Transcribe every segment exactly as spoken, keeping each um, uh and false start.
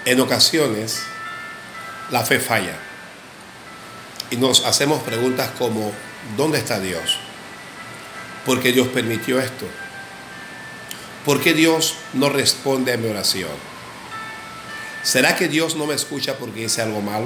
En ocasiones, la fe falla y nos hacemos preguntas como, ¿dónde está Dios? ¿Por qué Dios permitió esto? ¿Por qué Dios no responde a mi oración? ¿Será que Dios no me escucha porque hice algo malo?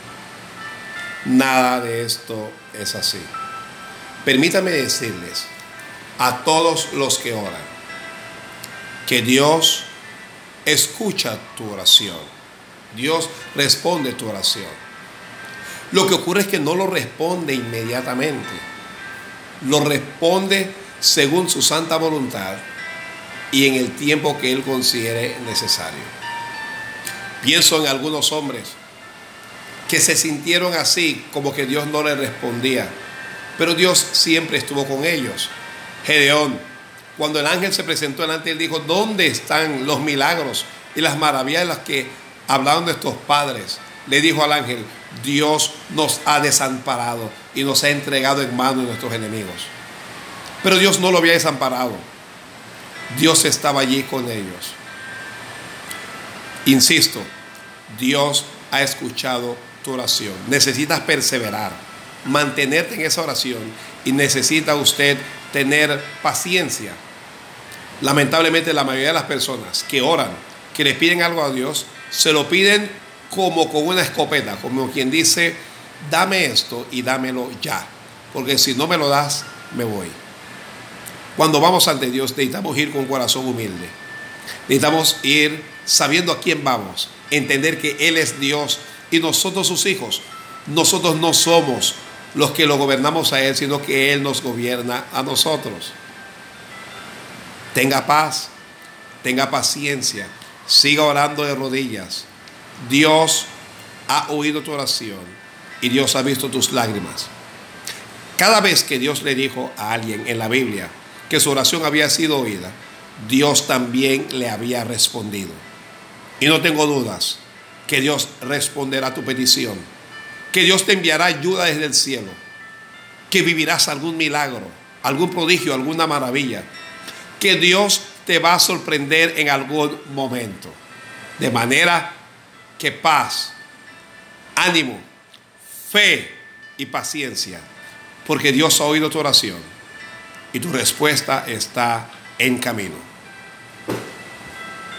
Nada de esto es así. Permítame decirles a todos los que oran que Dios escucha tu oración. Dios responde tu oración. Lo que ocurre es que no lo responde inmediatamente. Lo responde según su santa voluntad y en el tiempo que Él considere necesario. Pienso en algunos hombres que se sintieron así, como que Dios no les respondía, pero Dios siempre estuvo con ellos. Gedeón, cuando el ángel se presentó delante, él dijo, ¿dónde están los milagros y las maravillas de las que hablaron nuestros padres? Le dijo al ángel, Dios nos ha desamparado y nos ha entregado en manos de nuestros enemigos. Pero Dios no lo había desamparado. Dios estaba allí con ellos. Insisto, Dios ha escuchado tu oración. Necesitas perseverar, mantenerte en esa oración y necesita usted tener paciencia. Lamentablemente la mayoría de las personas que oran, que le piden algo a Dios, se lo piden como con una escopeta, como quien dice, dame esto y dámelo ya, porque si no me lo das, me voy. Cuando vamos ante Dios necesitamos ir con un corazón humilde. Necesitamos ir sabiendo a quién vamos, entender que Él es Dios y nosotros sus hijos. Nosotros no somos los que lo gobernamos a Él, sino que Él nos gobierna a nosotros. Tenga paz, tenga paciencia, siga orando de rodillas. Dios ha oído tu oración y Dios ha visto tus lágrimas. Cada vez que Dios le dijo a alguien en la Biblia que su oración había sido oída, Dios también le había respondido. Y no tengo dudas que Dios responderá a tu petición, que Dios te enviará ayuda desde el cielo, que vivirás algún milagro, algún prodigio, alguna maravilla, que Dios te va a sorprender en algún momento. De manera que paz, ánimo, fe y paciencia, porque Dios ha oído tu oración y tu respuesta está en camino.